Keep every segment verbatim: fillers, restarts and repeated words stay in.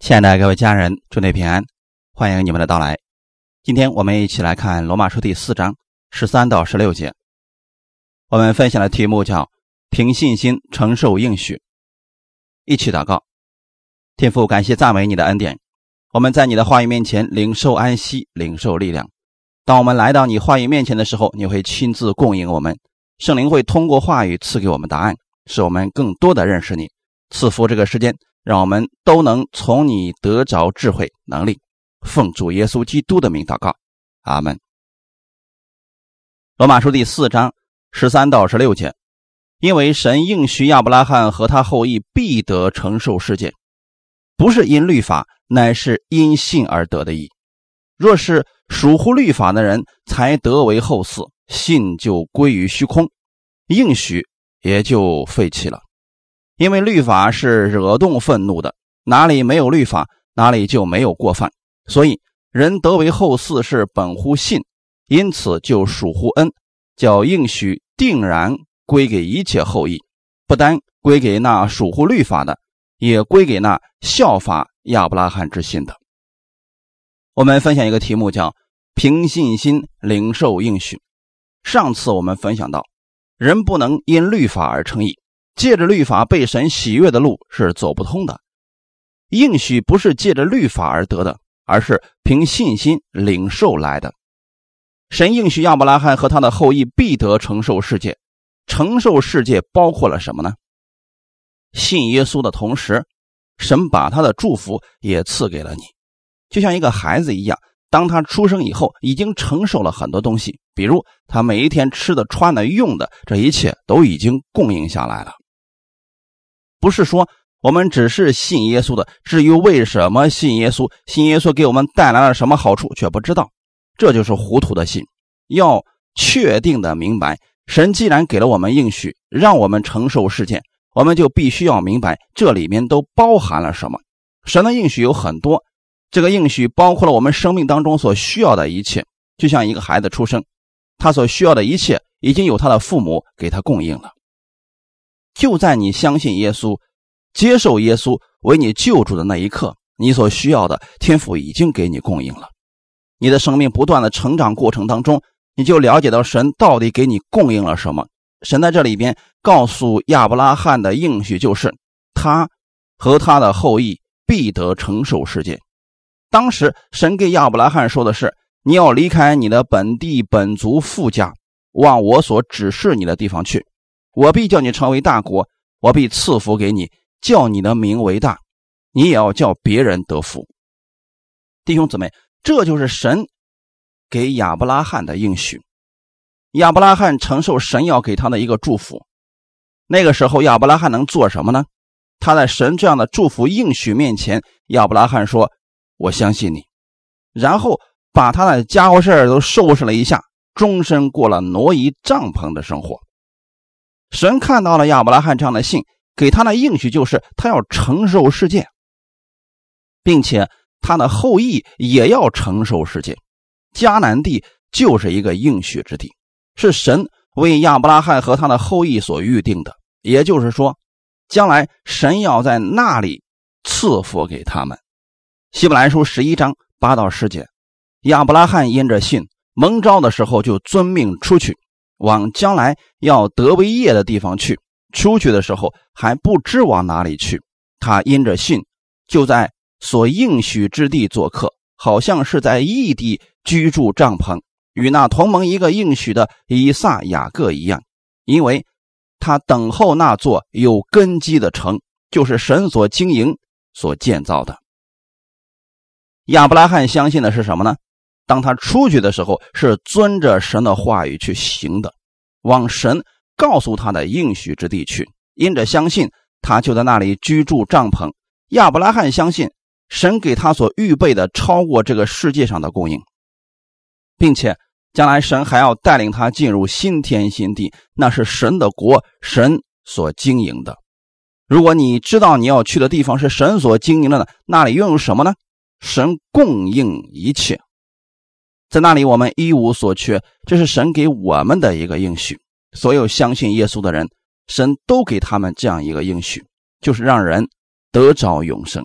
亲爱的各位家人，祝你平安，欢迎你们的到来。今天我们一起来看罗马书第四章十三到十六节。我们分享的题目叫凭信心承受应许。一起祷告。天父，感谢赞美你的恩典，我们在你的话语面前领受安息，领受力量。当我们来到你话语面前的时候，你会亲自供应我们，圣灵会通过话语赐给我们答案，使我们更多的认识你。赐福这个时间，让我们都能从你得着智慧能力。奉主耶稣基督的名祷告，阿们。罗马书第四章十三到十六节，因为神应许亚伯拉罕和他后裔必得承受世界，不是因律法，乃是因信而得的义。若是属乎律法的人才得为后嗣，信就归于虚空，应许也就废弃了。因为律法是惹动愤怒的，哪里没有律法，哪里就没有过犯。所以人得为后嗣是本乎信，因此就属乎恩，叫应许定然归给一切后裔，不单归给那属乎律法的，也归给那效法亚伯拉罕之信的。我们分享一个题目叫凭信心领受应许。上次我们分享到，人不能因律法而称义，借着律法被神喜悦的路是走不通的。应许不是借着律法而得的，而是凭信心领受来的。神应许亚伯拉罕和他的后裔必得承受世界。承受世界包括了什么呢？信耶稣的同时，神把他的祝福也赐给了你。就像一个孩子一样，当他出生以后，已经承受了很多东西，比如他每一天吃的、穿的、用的，这一切都已经供应下来了。不是说我们只是信耶稣的，至于为什么信耶稣，信耶稣给我们带来了什么好处却不知道，这就是糊涂的信。要确定的明白，神既然给了我们应许，让我们承受世界，我们就必须要明白这里面都包含了什么。神的应许有很多，这个应许包括了我们生命当中所需要的一切。就像一个孩子出生，他所需要的一切已经有他的父母给他供应了。就在你相信耶稣，接受耶稣为你救主的那一刻，你所需要的天父已经给你供应了。你的生命不断的成长过程当中，你就了解到神到底给你供应了什么。神在这里边告诉亚伯拉罕的应许就是他和他的后裔必得承受世界。当时神给亚伯拉罕说的是，你要离开你的本地本族父家，往我所指示你的地方去，我必叫你成为大国，我必赐福给你，叫你的名为大，你也要叫别人得福。弟兄姊妹，这就是神给亚伯拉罕的应许。亚伯拉罕承受神要给他的一个祝福。那个时候亚伯拉罕能做什么呢？他在神这样的祝福应许面前，亚伯拉罕说，我相信你，然后把他的家伙事都收拾了一下，终身过了挪移帐篷的生活。神看到了亚伯拉罕这样的信，给他的应许就是他要承受世界，并且他的后裔也要承受世界。迦南地就是一个应许之地，是神为亚伯拉罕和他的后裔所预定的，也就是说将来神要在那里赐福给他们。希伯来书十一章八到十节，亚伯拉罕因着信蒙召的时候就遵命出去，往将来要得为业的地方去，出去的时候还不知往哪里去。他因着信就在所应许之地做客，好像是在异地居住帐篷，与那同盟一个应许的以撒雅各一样，因为他等候那座有根基的城，就是神所经营所建造的。亚伯拉罕相信的是什么呢？当他出去的时候是遵着神的话语去行的，往神告诉他的应许之地去，因着相信他就在那里居住帐篷。亚伯拉罕相信神给他所预备的超过这个世界上的供应，并且将来神还要带领他进入新天新地，那是神的国，神所经营的。如果你知道你要去的地方是神所经营的，那里拥有什么呢？神供应一切，在那里我们一无所缺，这是神给我们的一个应许。所有相信耶稣的人，神都给他们这样一个应许，就是让人得着永生。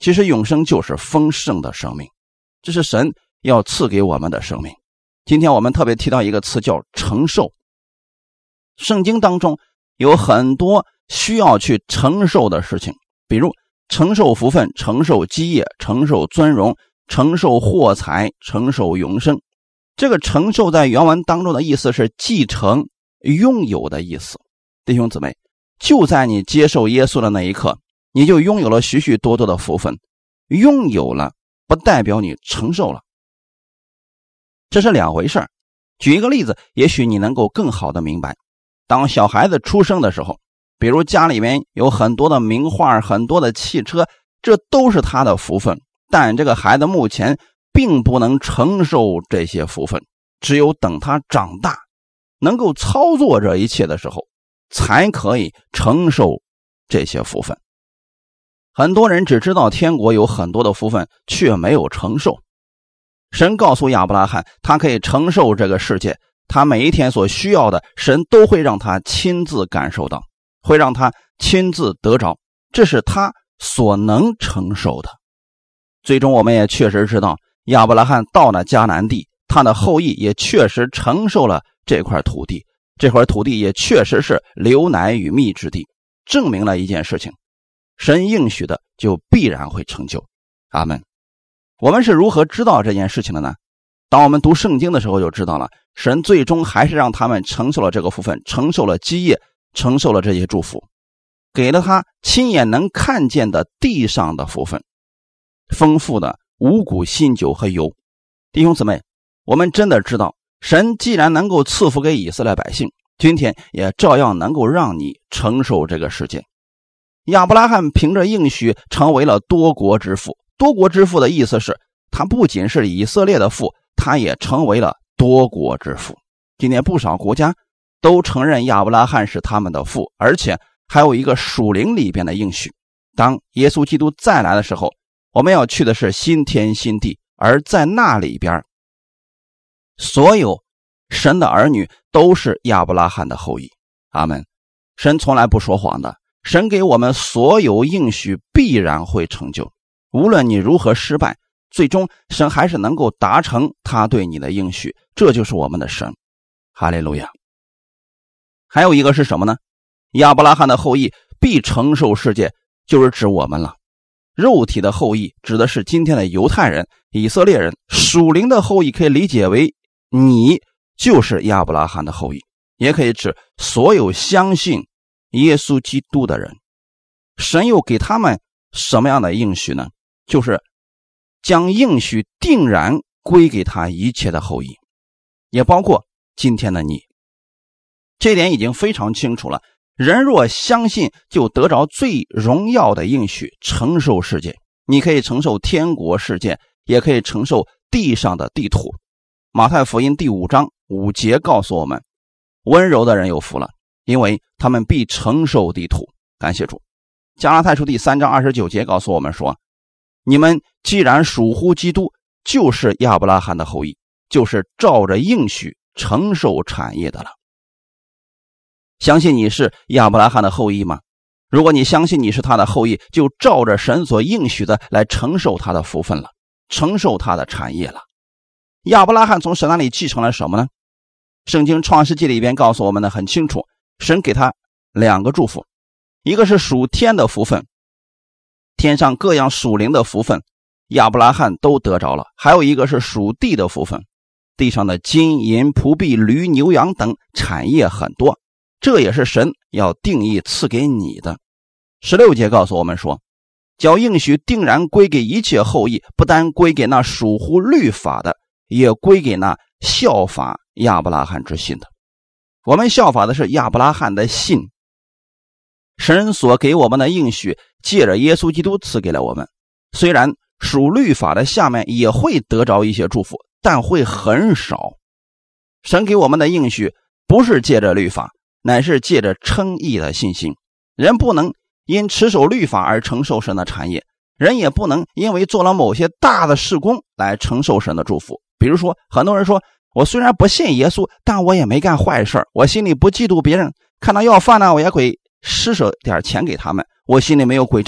其实永生就是丰盛的生命，这是神要赐给我们的生命。今天我们特别提到一个词叫承受。圣经当中有很多需要去承受的事情，比如承受福分，承受基业，承受尊荣，承受货财，承受永生。这个承受在原文当中的意思是继承、拥有的意思。弟兄姊妹，就在你接受耶稣的那一刻，你就拥有了许许多多的福分。拥有了不代表你承受了，这是两回事。举一个例子，也许你能够更好的明白。当小孩子出生的时候，比如家里面有很多的名画，很多的汽车，这都是他的福分，但这个孩子目前并不能承受这些福分，只有等他长大能够操作这一切的时候，才可以承受这些福分。很多人只知道天国有很多的福分，却没有承受。神告诉亚伯拉罕，他可以承受这个世界，他每一天所需要的，神都会让他亲自感受到，会让他亲自得着，这是他所能承受的。最终我们也确实知道，亚伯拉罕到了迦南地，他的后裔也确实承受了这块土地，这块土地也确实是流奶与蜜之地，证明了一件事情，神应许的就必然会成就。阿们。我们是如何知道这件事情的呢？当我们读圣经的时候就知道了，神最终还是让他们承受了这个福分，承受了基业，承受了这些祝福，给了他亲眼能看见的地上的福分，丰富的五谷新酒和油。弟兄姊妹，我们真的知道，神既然能够赐福给以色列百姓，今天也照样能够让你承受这个世界。亚伯拉罕凭着应许成为了多国之父，多国之父的意思是他不仅是以色列的父，他也成为了多国之父。今天不少国家都承认亚伯拉罕是他们的父，而且还有一个属灵里边的应许，当耶稣基督再来的时候，我们要去的是新天新地，而在那里边所有神的儿女都是亚伯拉罕的后裔。阿们。神从来不说谎的，神给我们所有应许必然会成就，无论你如何失败，最终神还是能够达成他对你的应许，这就是我们的神。哈利路亚。还有一个是什么呢？亚伯拉罕的后裔必承受世界，就是指我们了。肉体的后裔指的是今天的犹太人、以色列人，属灵的后裔可以理解为你就是亚伯拉罕的后裔，也可以指所有相信耶稣基督的人。神又给他们什么样的应许呢？就是将应许定然归给他一切的后裔，也包括今天的你。这点已经非常清楚了，人若相信，就得着最荣耀的应许，承受世界。你可以承受天国世界，也可以承受地上的地土。马太福音第五章五节告诉我们，温柔的人有福了，因为他们必承受地土。感谢主。加拉太书第三章二十九节告诉我们说，你们既然属乎基督，就是亚伯拉罕的后裔，就是照着应许承受产业的了。相信你是亚伯拉罕的后裔吗？如果你相信你是他的后裔，就照着神所应许的来承受他的福分了，承受他的产业了。亚伯拉罕从神那里继承了什么呢？圣经创世纪里边告诉我们的很清楚，神给他两个祝福，一个是属天的福分，天上各样属灵的福分亚伯拉罕都得着了，还有一个是属地的福分，地上的金银仆婢驴牛羊等产业很多，这也是神要定义赐给你的。十六节告诉我们说，叫应许定然归给一切后裔，不单归给那属乎律法的，也归给那效法亚伯拉罕之信的。我们效法的是亚伯拉罕的信，神所给我们的应许借着耶稣基督赐给了我们，虽然属律法的下面也会得着一些祝福，但会很少。神给我们的应许不是借着律法，乃是借着称义的信心。人不能因持守律法而承受神的产业，人也不能因为做了某些大的事工来承受神的祝福。比如说，很多人说，我虽然不信耶稣，但我也没干坏事，我心里不嫉妒别人，看到要饭呢，我也会施舍点钱给他们，我心里没有诡诈，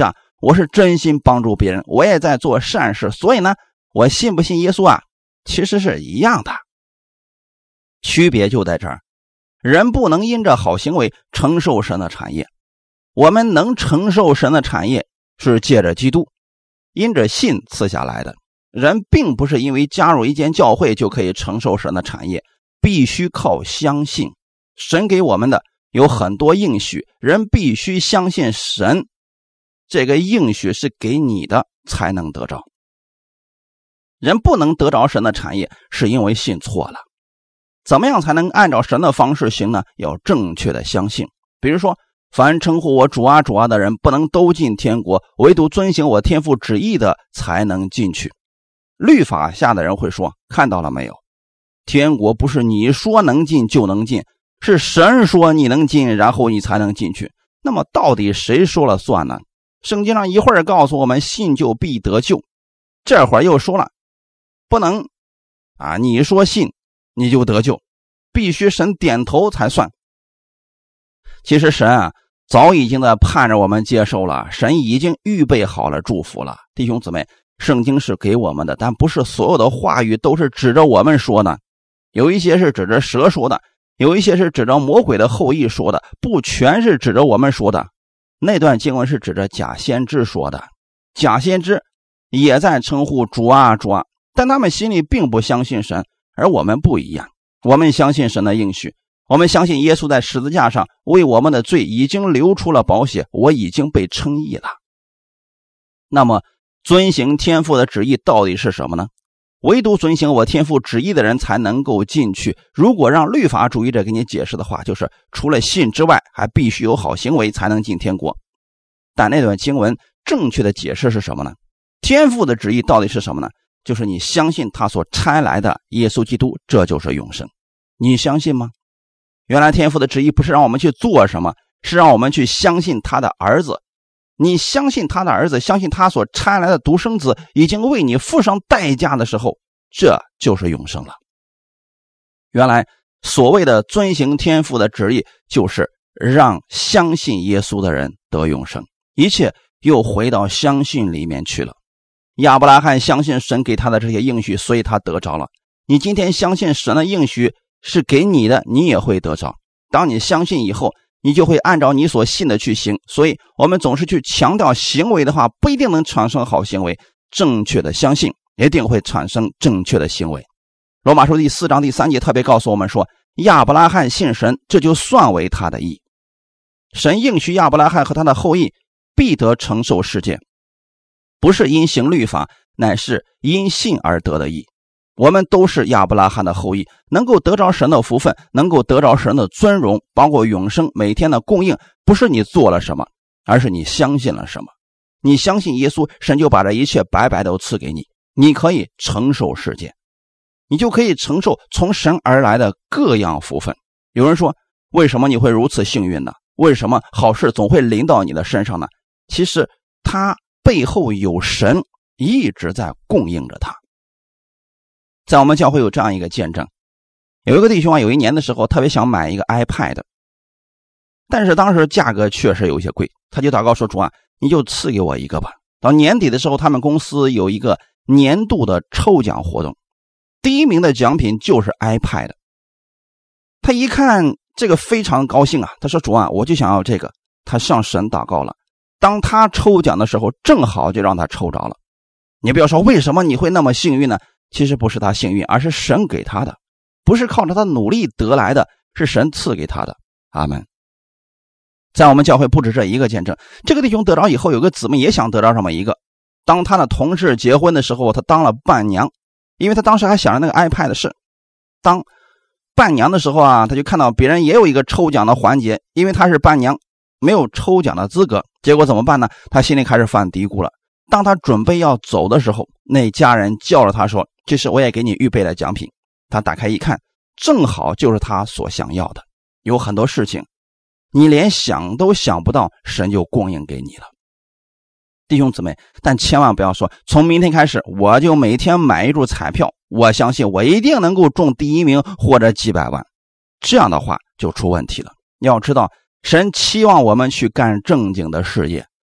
我是真心帮助别人，我也在做善事，所以呢，我信不信耶稣啊，其实是一样的。区别就在这儿，人不能因着好行为承受神的产业，我们能承受神的产业是借着基督，因着信赐下来的。人并不是因为加入一间教会就可以承受神的产业，必须靠相信。神给我们的有很多应许，人必须相信神，这个应许是给你的才能得着。人不能得着神的产业，是因为信错了。怎么样才能按照神的方式行呢？要正确的相信。比如说，凡称呼我主啊主啊的人，不能都进天国，唯独遵行我天父旨意的才能进去。律法下的人会说，看到了没有，天国不是你说能进就能进，是神说你能进，然后你才能进去。那么到底谁说了算呢？圣经上一会儿告诉我们信就必得救，这会儿又说了不能啊，你说信你就得救，必须神点头才算。其实神啊早已经在盼着我们接受了，神已经预备好了祝福了。弟兄姊妹，圣经是给我们的，但不是所有的话语都是指着我们说的，有一些是指着蛇说的，有一些是指着魔鬼的后裔说的，不全是指着我们说的。那段经文是指着假先知说的，假先知也在称呼主啊主啊，但他们心里并不相信神，而我们不一样，我们相信神的应许，我们相信耶稣在十字架上为我们的罪已经流出了宝血，我已经被称义了。那么遵行天父的旨意到底是什么呢？唯独遵行我天父旨意的人才能够进去。如果让律法主义者给你解释的话，就是除了信之外还必须有好行为才能进天国。但那段经文正确的解释是什么呢？天父的旨意到底是什么呢？就是你相信他所差来的耶稣基督，这就是永生。你相信吗？原来天父的旨意不是让我们去做什么，是让我们去相信他的儿子。你相信他的儿子，相信他所差来的独生子已经为你付上代价的时候，这就是永生了。原来所谓的遵行天父的旨意，就是让相信耶稣的人得永生，一切又回到相信里面去了。亚伯拉罕相信神给他的这些应许，所以他得着了。你今天相信神的应许是给你的，你也会得着。当你相信以后，你就会按照你所信的去行。所以我们总是去强调行为的话，不一定能产生好行为，正确的相信一定会产生正确的行为。罗马书第四章第三节特别告诉我们说，亚伯拉罕信神，这就算为他的义。神应许亚伯拉罕和他的后裔必得承受世界，不是因行律法，乃是因信而得的义。我们都是亚伯拉罕的后裔，能够得着神的福分，能够得着神的尊荣，包括永生每天的供应，不是你做了什么，而是你相信了什么。你相信耶稣，神就把这一切白白都赐给你，你可以承受世界，你就可以承受从神而来的各样福分。有人说，为什么你会如此幸运呢？为什么好事总会临到你的身上呢？其实他背后有神一直在供应着他。在我们教会有这样一个见证，有一个弟兄啊，有一年的时候特别想买一个 iPad， 但是当时价格确实有些贵，他就祷告说，主啊，你就赐给我一个吧。到年底的时候，他们公司有一个年度的抽奖活动，第一名的奖品就是 iPad。 他一看这个非常高兴啊，他说，主啊，我就想要这个。他向神祷告了，当他抽奖的时候正好就让他抽着了。你不要说为什么你会那么幸运呢？其实不是他幸运，而是神给他的，不是靠着他努力得来的，是神赐给他的。阿们。在我们教会不止这一个见证，这个弟兄得着以后，有个姊妹也想得着这么一个。当他的同事结婚的时候，他当了伴娘，因为他当时还想着那个 iPad 的事。当伴娘的时候啊，他就看到别人也有一个抽奖的环节，因为他是伴娘，没有抽奖的资格。结果怎么办呢？他心里开始犯嘀咕了。当他准备要走的时候，那家人叫了他说，这是我也给你预备的奖品。他打开一看，正好就是他所想要的。有很多事情你连想都想不到，神就供应给你了。弟兄姊妹，但千万不要说从明天开始我就每天买一注彩票，我相信我一定能够中第一名或者几百万，这样的话就出问题了。要知道神期望我们去干正经的事业，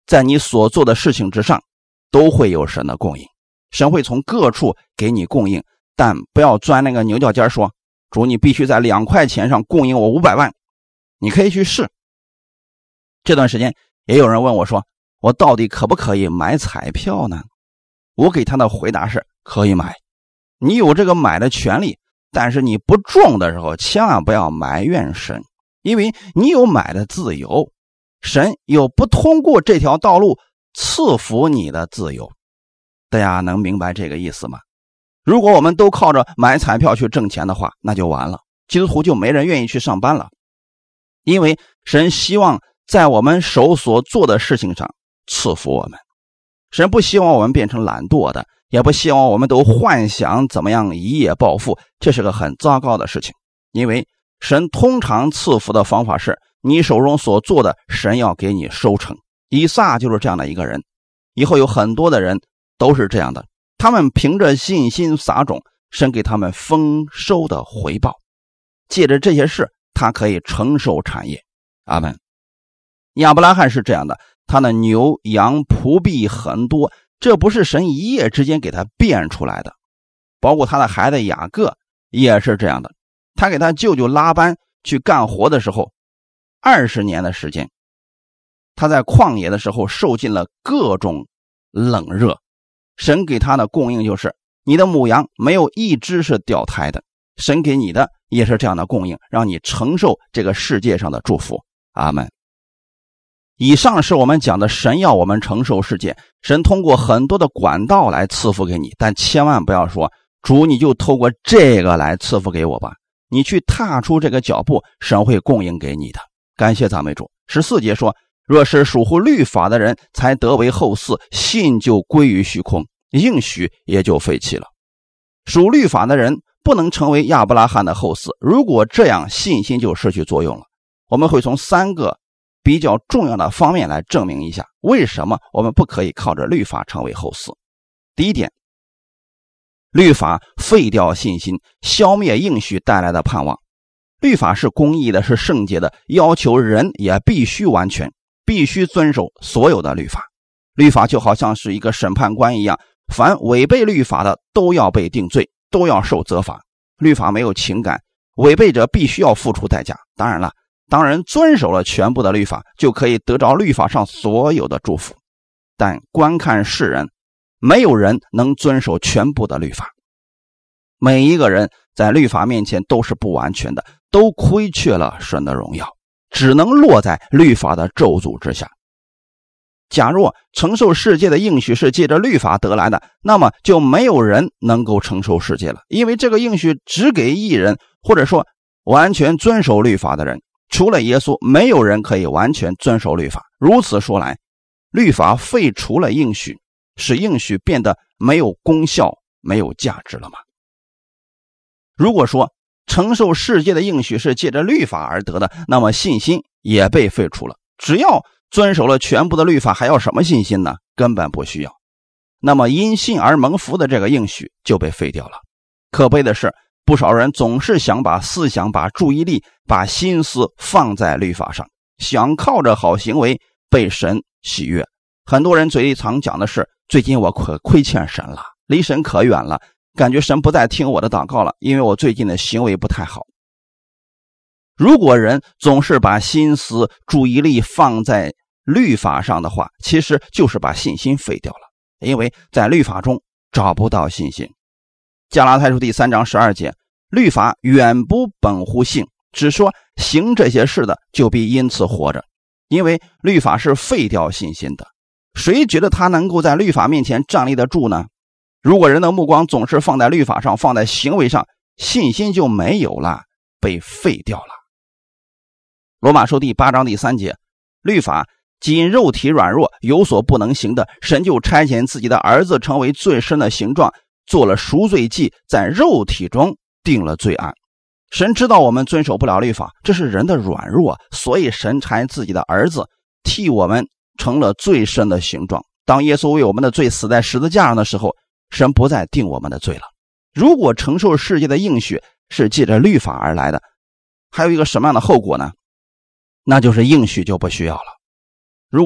在你所做的事情之上都会有神的供应，神会从各处给你供应，但不要钻那个牛角尖说，主你必须在两块钱上供应我五百万。你可以去试。这段时间也有人问我说，我到底可不可以买彩票呢？我给他的回答是可以买，你有这个买的权利，但是你不中的时候千万不要埋怨神，因为你有买的自由，神又不通过这条道路赐福你的自由。大家能明白这个意思吗？如果我们都靠着买彩票去挣钱的话，那就完了，基督徒就没人愿意去上班了。因为神希望在我们手所做的事情上赐福我们，神不希望我们变成懒惰的，也不希望我们都幻想怎么样一夜暴富，这是个很糟糕的事情。因为神通常赐福的方法是你手中所做的，神要给你收成。以撒就是这样的一个人，以后有很多的人都是这样的，他们凭着信心撒种，神给他们丰收的回报，借着这些事他可以承受产业。阿们。亚伯拉罕是这样的，他的牛羊仆婢很多，这不是神一夜之间给他变出来的。包括他的孩子雅各也是这样的，他给他舅舅拉班去干活的时候，二十年的时间，他在旷野的时候受尽了各种冷热，神给他的供应就是你的母羊没有一只是掉胎的，神给你的也是这样的供应，让你承受这个世界上的祝福。阿们。以上是我们讲的神要我们承受世界，神通过很多的管道来赐福给你，但千万不要说主你就透过这个来赐福给我吧，你去踏出这个脚步，神会供应给你的。感谢赞美主。十四节说，若是属乎律法的人才得为后嗣，信就归于虚空，应许也就废弃了。属律法的人不能成为亚伯拉罕的后嗣，如果这样，信心就失去作用了。我们会从三个比较重要的方面来证明一下，为什么我们不可以靠着律法成为后嗣。第一点，律法废掉信心，消灭应许带来的盼望。律法是公义的，是圣洁的，要求人也必须完全，必须遵守所有的律法。律法就好像是一个审判官一样，凡违背律法的都要被定罪，都要受责罚。律法没有情感，违背者必须要付出代价。当然了，当人遵守了全部的律法，就可以得着律法上所有的祝福。但观看世人，没有人能遵守全部的律法。每一个人在律法面前都是不完全的，都亏缺了神的荣耀，只能落在律法的咒诅之下。假若承受世界的应许是借着律法得来的，那么就没有人能够承受世界了，因为这个应许只给义人，或者说完全遵守律法的人。除了耶稣，没有人可以完全遵守律法。如此说来，律法废除了应许，使应许变得没有功效、没有价值了吗？如果说承受世界的应许是借着律法而得的，那么信心也被废除了。只要遵守了全部的律法，还要什么信心呢？根本不需要。那么因信而蒙福的这个应许就被废掉了。可悲的是，不少人总是想把思想、把注意力、把心思放在律法上，想靠着好行为被神喜悦。很多人嘴里常讲的是，最近我可亏欠神了，离神可远了，感觉神不再听我的祷告了，因为我最近的行为不太好。如果人总是把心思、注意力放在律法上的话，其实就是把信心废掉了，因为在律法中找不到信心。加拉太书第三章十二节，律法远不本乎信，只说行这些事的就必因此活着。因为律法是废掉信心的，谁觉得他能够在律法面前站立得住呢？如果人的目光总是放在律法上，放在行为上，信心就没有了，被废掉了。罗马书第八章第三节，律法既因肉体软弱有所不能行的，神就差遣自己的儿子成为最深的形状，做了赎罪祭，在肉体中定了罪案。神知道我们遵守不了律法，这是人的软弱，所以神差自己的儿子替我们成了最深的形状。当耶稣为我们的罪死在十字架上的时候，神不再定我们的罪了。如果承受世界的应许是借着律法而来的，还有一个什么样的后果呢？那就是应许就不需要了。如果说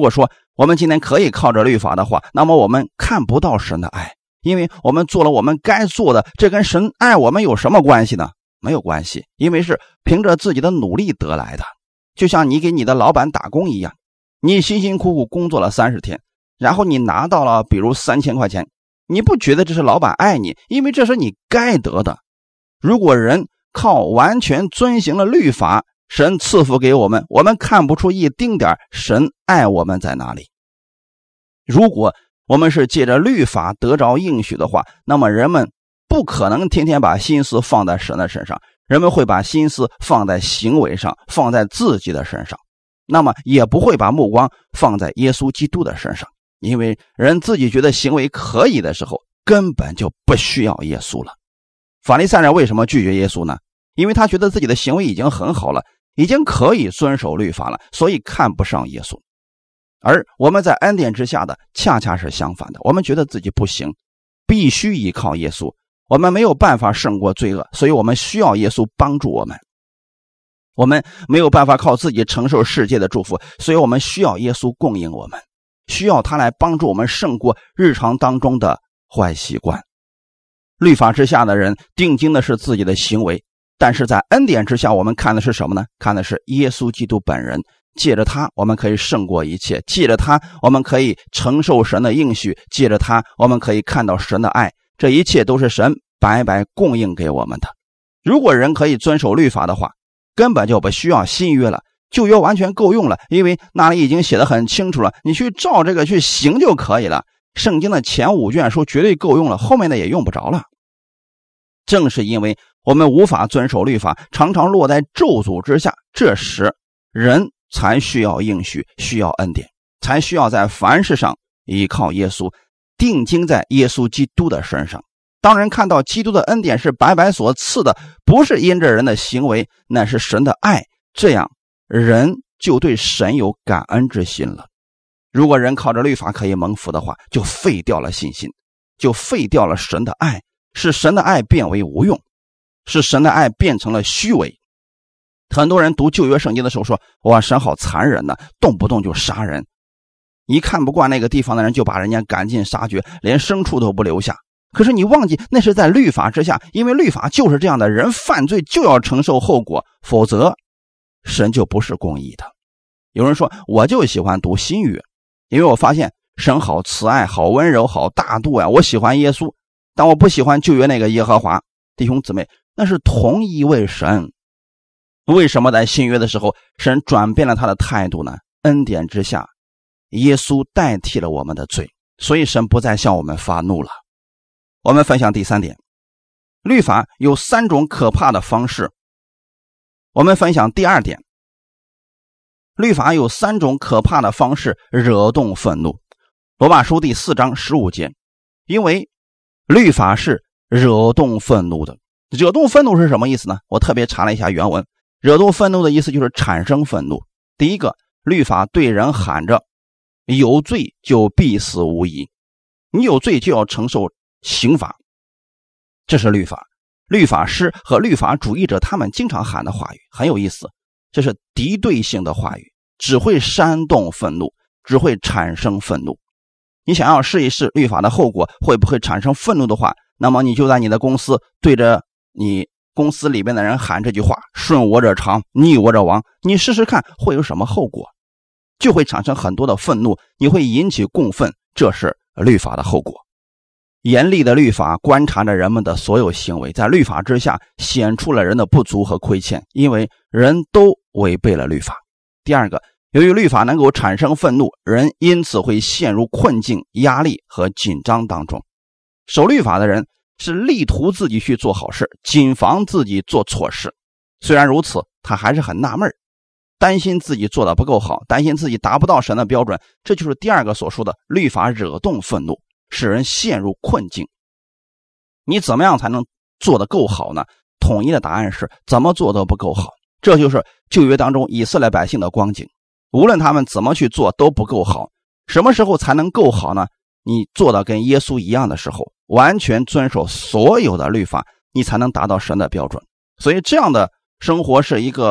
我们今天可以靠着律法的话，那么我们看不到神的爱，因为我们做了我们该做的，这跟神爱我们有什么关系呢？没有关系，因为是凭着自己的努力得来的。就像你给你的老板打工一样，你辛辛苦苦工作了三十天，然后你拿到了比如三千块钱，你不觉得这是老板爱你，因为这是你该得的。如果人靠完全遵行了律法，神赐福给我们，我们看不出一丁点神爱我们在哪里。如果我们是借着律法得着应许的话，那么人们不可能天天把心思放在神的身上，人们会把心思放在行为上，放在自己的身上，那么也不会把目光放在耶稣基督的身上，因为人自己觉得行为可以的时候，根本就不需要耶稣了。法利赛人为什么拒绝耶稣呢？因为他觉得自己的行为已经很好了，已经可以遵守律法了，所以看不上耶稣。而我们在恩典之下的恰恰是相反的，我们觉得自己不行，必须依靠耶稣，我们没有办法胜过罪恶，所以我们需要耶稣帮助我们。我们没有办法靠自己承受世界的祝福，所以我们需要耶稣供应我们，需要他来帮助我们胜过日常当中的坏习惯。律法之下的人定睛的是自己的行为，但是在恩典之下，我们看的是什么呢？看的是耶稣基督本人，借着他我们可以胜过一切，借着他我们可以承受神的应许，借着他我们可以看到神的爱，这一切都是神白白供应给我们的。如果人可以遵守律法的话，根本就不需要新约了，旧约完全够用了，因为那里已经写得很清楚了，你去照这个去行就可以了。圣经的前五卷书绝对够用了，后面的也用不着了。正是因为我们无法遵守律法，常常落在咒诅之下，这时人才需要应许，需要恩典，才需要在凡事上依靠耶稣，定睛在耶稣基督的身上。当人看到基督的恩典是白白所赐的，不是因着人的行为，那是神的爱，这样人就对神有感恩之心了。如果人靠着律法可以蒙福的话，就废掉了信心，就废掉了神的爱，使神的爱变为无用，使神的爱变成了虚伪。很多人读旧约圣经的时候说，哇，神好残忍呐，动不动就杀人，一看不惯那个地方的人就把人家赶尽杀绝，连牲畜都不留下。可是你忘记那是在律法之下，因为律法就是这样的，人犯罪就要承受后果，否则神就不是公义的。有人说我就喜欢读新约，因为我发现神好慈爱，好温柔，好大度呀，我喜欢耶稣，但我不喜欢旧约那个耶和华。弟兄姊妹，那是同一位神。为什么在新约的时候神转变了他的态度呢？恩典之下，耶稣代替了我们的罪，所以神不再向我们发怒了。我们分享第三点，律法有三种可怕的方式。我们分享第二点，律法有三种可怕的方式惹动愤怒。罗马书第四章十五节，因为律法是惹动愤怒的。惹动愤怒是什么意思呢？我特别查了一下原文，惹动愤怒的意思就是产生愤怒。第一个，律法对人喊着有罪就必死无疑，你有罪就要承受刑罚，这是律法。律法师和律法主义者他们经常喊的话语很有意思，这是敌对性的话语，只会煽动愤怒，只会产生愤怒。你想要试一试律法的后果会不会产生愤怒的话，那么你就在你的公司对着你公司里面的人喊这句话，顺我者昌，逆我者亡，你试试看会有什么后果，就会产生很多的愤怒，你会引起共愤，这是律法的后果。严厉的律法观察着人们的所有行为，在律法之下显出了人的不足和亏欠，因为人都违背了律法。第二个，由于律法能够产生愤怒，人因此会陷入困境、压力和紧张当中。守律法的人是力图自己去做好事，谨防自己做错事。虽然如此，他还是很纳闷，担心自己做的不够好，担心自己达不到神的标准。这就是第二个所说的律法惹动愤怒，使人陷入困境。你怎么样才能做得够好呢？统一的答案是怎么做都不够好。这就是旧约当中以色列百姓的光景，无论他们怎么去做都不够好。什么时候才能够好呢？你做到跟耶稣一样的时候，完全遵守所有的律法，你才能达到神的标准。所以这样的生活是一个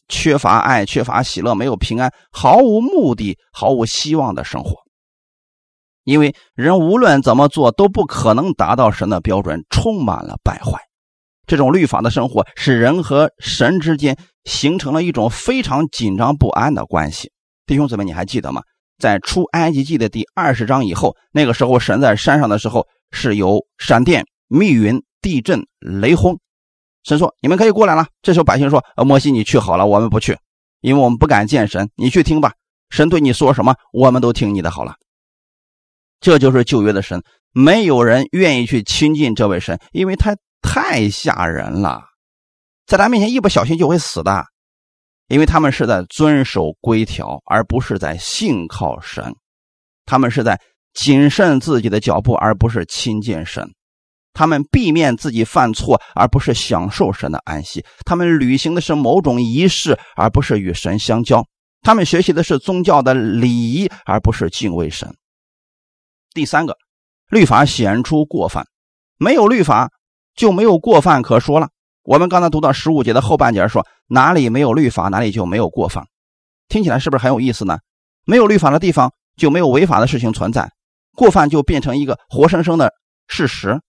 缺乏爱，缺乏喜乐，没有平安，毫无目的，毫无希望的生活。因为人无论怎么做都不可能达到神的标准，充满了败坏。这种律法的生活使人和神之间形成了一种非常紧张不安的关系。弟兄姊妹，你还记得吗？在出埃及记的第二十章以后，那个时候神在山上的时候是有闪电、密云、地震、雷轰。神说你们可以过来了。这时候百姓说摩西你去好了，我们不去，因为我们不敢见神，你去听吧，神对你说什么我们都听你的好了。这就是旧约的神，没有人愿意去亲近这位神，因为他太吓人了，在他面前一不小心就会死的。因为他们是在遵守规条，而不是在信靠神，他们是在谨慎自己的脚步，而不是亲近神，他们避免自己犯错，而不是享受神的安息，他们履行的是某种仪式，而不是与神相交，他们学习的是宗教的礼仪，而不是敬畏神。第三个，律法显出过犯，没有律法就没有过犯可说了。我们刚才读到十五节的后半节说，哪里没有律法哪里就没有过犯，听起来是不是很有意思呢？没有律法的地方就没有违法的事情存在，过犯就变成一个活生生的事实。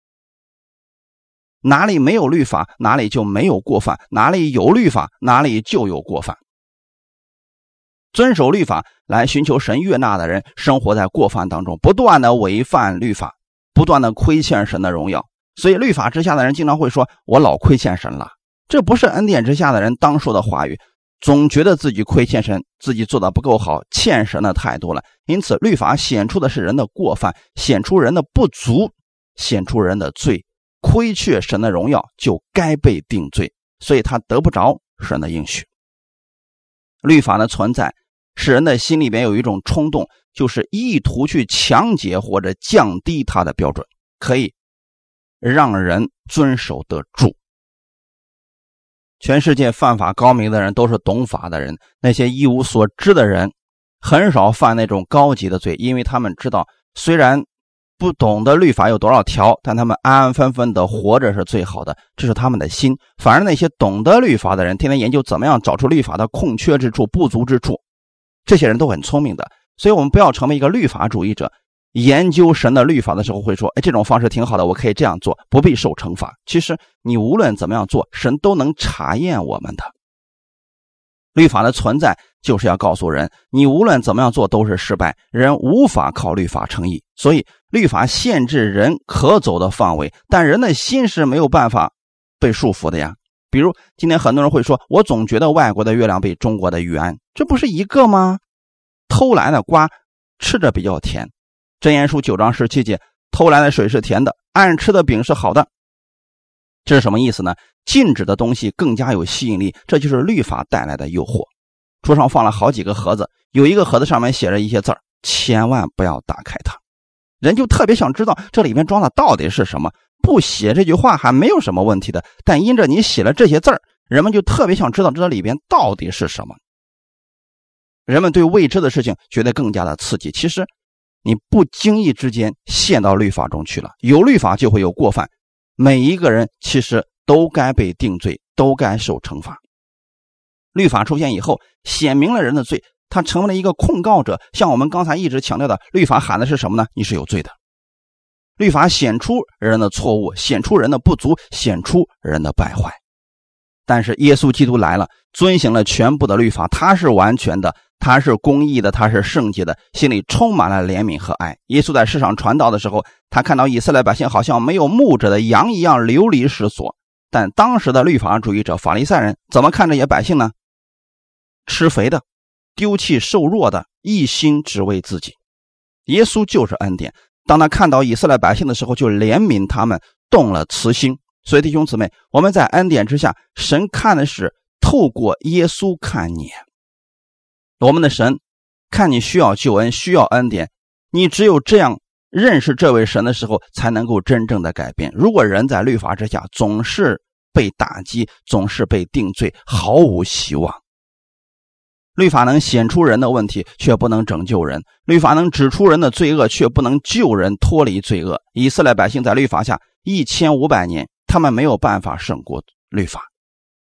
哪里没有律法哪里就没有过犯，哪里有律法哪里就有过犯。遵守律法来寻求神悦纳的人，生活在过犯当中，不断的违反律法，不断的亏欠神的荣耀。所以律法之下的人经常会说我老亏欠神了，这不是恩典之下的人当说的话语，总觉得自己亏欠神，自己做的不够好，欠神的太多了。因此律法显出的是人的过犯，显出人的不足，显出人的罪，亏缺神的荣耀就该被定罪，所以他得不着神的应许。律法的存在使人的心里边有一种冲动，就是意图去强解或者降低他的标准，可以让人遵守得住。全世界犯法高明的人都是懂法的人，那些一无所知的人很少犯那种高级的罪，因为他们知道虽然不懂得律法有多少条，但他们安安分分的活着是最好的，这是他们的心。反而那些懂得律法的人天天研究怎么样找出律法的空缺之处、不足之处，这些人都很聪明的。所以我们不要成为一个律法主义者，研究神的律法的时候会说，哎，这种方式挺好的，我可以这样做，不必受惩罚。其实你无论怎么样做，神都能查验我们的。律法的存在就是要告诉人，你无论怎么样做都是失败，人无法靠律法称义。所以律法限制人可走的范围，但人的心是没有办法被束缚的呀。比如今天很多人会说，我总觉得外国的月亮比中国的圆，这不是一个吗？偷来的瓜吃着比较甜，箴言书九章十七节，偷来的水是甜的，暗吃的饼是好的。这是什么意思呢？禁止的东西更加有吸引力，这就是律法带来的诱惑。桌上放了好几个盒子，有一个盒子上面写着一些字儿，千万不要打开它。人就特别想知道这里面装的到底是什么，不写这句话还没有什么问题的，但因着你写了这些字儿，人们就特别想知道这里边到底是什么。人们对未知的事情觉得更加的刺激。其实你不经意之间陷到律法中去了，有律法就会有过犯，每一个人其实都该被定罪，都该受惩罚。律法出现以后显明了人的罪，他成为了一个控告者。像我们刚才一直强调的，律法喊的是什么呢？你是有罪的。律法显出人的错误，显出人的不足，显出人的败坏。但是耶稣基督来了，遵行了全部的律法，他是完全的，他是公义的，他是圣洁的，心里充满了怜悯和爱。耶稣在世上传道的时候，他看到以色列百姓好像没有牧者的羊一样流离失所，但当时的律法主义者法利赛人怎么看这些百姓呢？吃肥的，丢弃瘦弱的，一心只为自己。耶稣就是恩典，当他看到以色列百姓的时候，就怜悯他们，动了慈心。所以弟兄姊妹，我们在恩典之下，神看的是透过耶稣看你。我们的神看你需要救恩，需要恩典，你只有这样认识这位神的时候，才能够真正的改变。如果人在律法之下总是被打击，总是被定罪，毫无希望。律法能显出人的问题，却不能拯救人；律法能指出人的罪恶，却不能救人脱离罪恶。以色列百姓在律法下一千五百年，他们没有办法胜过律法。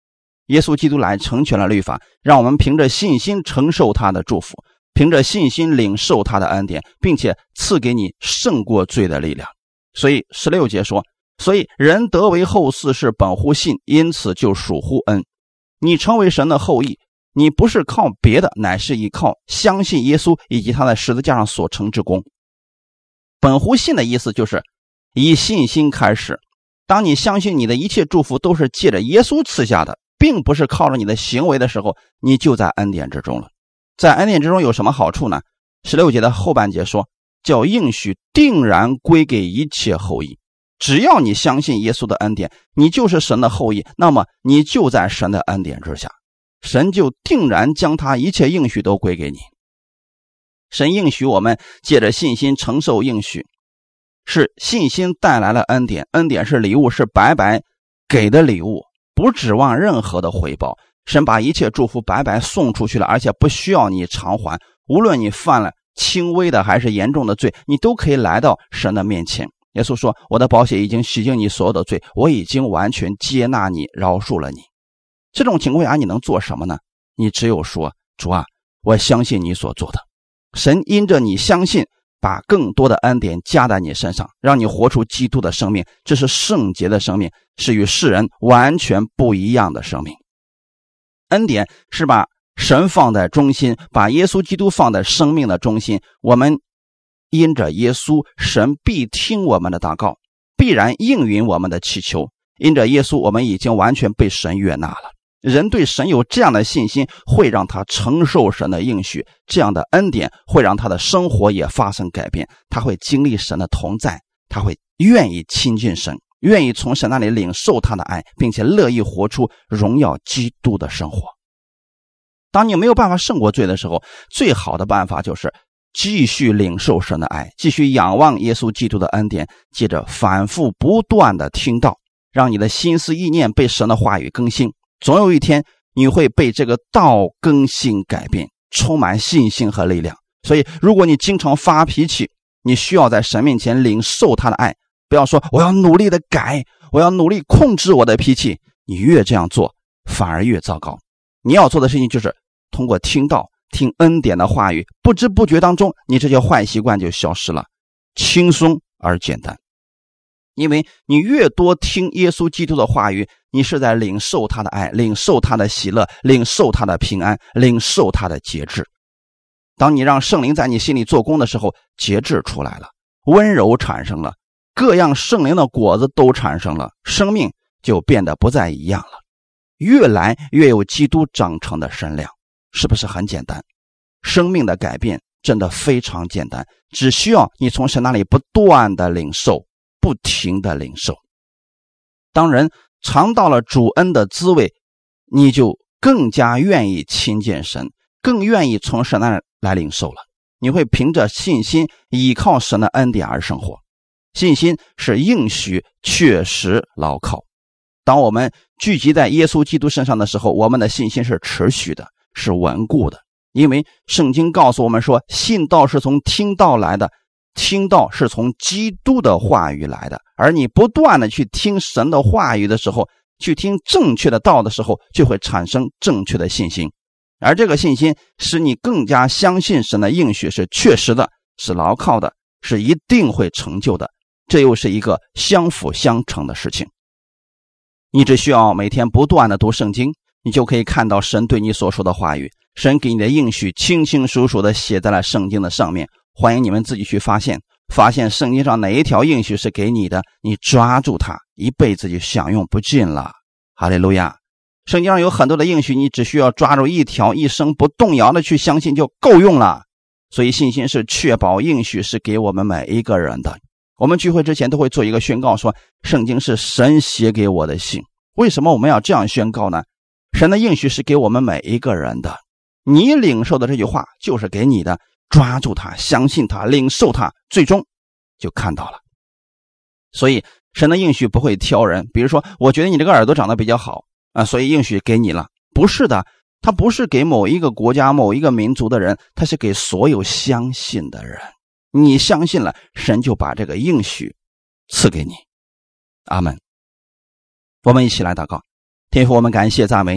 耶稣基督来成全了律法，让我们凭着信心承受他的祝福，凭着信心领受他的恩典，并且赐给你胜过罪的力量。所以十六节说，所以人得为后嗣是本乎信，因此就属乎恩。你成为神的后裔，你不是靠别的，乃是依靠相信耶稣以及他在十字架上所成之功。本乎信的意思就是以信心开始，当你相信你的一切祝福都是借着耶稣赐下的，并不是靠着你的行为的时候，你就在恩典之中了。在恩典之中有什么好处呢？十六节的后半节说，叫应许定然归给一切后裔。只要你相信耶稣的恩典，你就是神的后裔，那么你就在神的恩典之下，神就定然将他一切应许都归给你。神应许我们借着信心承受应许，是信心带来了恩典，恩典是礼物，是白白给的礼物，不指望任何的回报。神把一切祝福白白送出去了，而且不需要你偿还，无论你犯了轻微的还是严重的罪，你都可以来到神的面前。耶稣说，我的宝血已经洗净你所有的罪，我已经完全接纳你，饶恕了你。这种情况下你能做什么呢？你只有说，主啊，我相信你所做的。神因着你相信，把更多的恩典加在你身上，让你活出基督的生命，这是圣洁的生命，是与世人完全不一样的生命。恩典是把神放在中心，把耶稣基督放在生命的中心。我们因着耶稣，神必听我们的祷告，必然应允我们的祈求。因着耶稣，我们已经完全被神悦纳了。人对神有这样的信心，会让他承受神的应许，这样的恩典会让他的生活也发生改变，他会经历神的同在，他会愿意亲近神，愿意从神那里领受他的爱，并且乐意活出荣耀基督的生活。当你没有办法胜过罪的时候，最好的办法就是继续领受神的爱，继续仰望耶稣基督的恩典，接着反复不断的听道，让你的心思意念被神的话语更新。总有一天你会被这个道更新改变，充满信心和力量。所以如果你经常发脾气，你需要在神面前领受他的爱，不要说我要努力的改，我要努力控制我的脾气，你越这样做反而越糟糕。你要做的事情就是通过听道，听恩典的话语，不知不觉当中你这些坏习惯就消失了，轻松而简单。因为你越多听耶稣基督的话语，你是在领受他的爱，领受他的喜乐，领受他的平安，领受他的节制。当你让圣灵在你心里做工的时候，节制出来了，温柔产生了，各样圣灵的果子都产生了，生命就变得不再一样了，越来越有基督长成的身量。是不是很简单？生命的改变真的非常简单，只需要你从神那里不断的领受，不停的领受。当人尝到了主恩的滋味，你就更加愿意亲近神，更愿意从神那里来领受了。你会凭着信心依靠神的恩典而生活。信心是应许确实牢靠。当我们聚集在耶稣基督身上的时候，我们的信心是持续的，是稳固的。因为圣经告诉我们说，信道是从听道来的，听道是从基督的话语来的。而你不断的去听神的话语的时候，去听正确的道的时候，就会产生正确的信心。而这个信心使你更加相信神的应许是确实的，是牢靠的，是一定会成就的。这又是一个相辅相成的事情。你只需要每天不断的读圣经，你就可以看到神对你所说的话语，神给你的应许清清楚楚的写在了圣经的上面。欢迎你们自己去发现，发现圣经上哪一条应许是给你的，你抓住它，一辈子就享用不尽了。哈利路亚！圣经上有很多的应许，你只需要抓住一条，一生不动摇的去相信就够用了。所以信心是确保应许是给我们每一个人的。我们聚会之前都会做一个宣告，说圣经是神写给我的信。为什么我们要这样宣告呢？神的应许是给我们每一个人的，你领受的这句话就是给你的，抓住它，相信它，领受它，最终就看到了。所以神的应许不会挑人，比如说我觉得你这个耳朵长得比较好啊，所以应许给你了。不是的，它不是给某一个国家某一个民族的人，它是给所有相信的人。你相信了，神就把这个应许赐给你。阿们。我们一起来祷告。天父，我们感谢赞美你，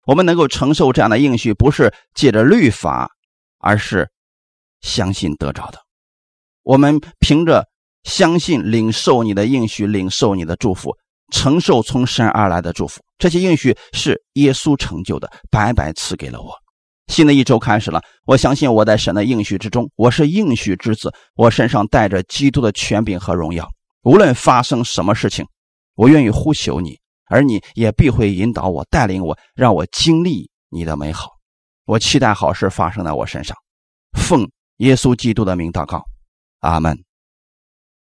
我们能够承受这样的应许，不是借着律法，而是相信得着的。我们凭着相信领受你的应许，领受你的祝福，承受从神而来的祝福。这些应许是耶稣成就的，白白赐给了我。新的一周开始了，我相信我在神的应许之中，我是应许之子，我身上带着基督的权柄和荣耀。无论发生什么事情，我愿意呼求你，而你也必会引导我，带领我，让我经历你的美好。我期待好事发生在我身上。奉耶稣基督的名祷告，阿们。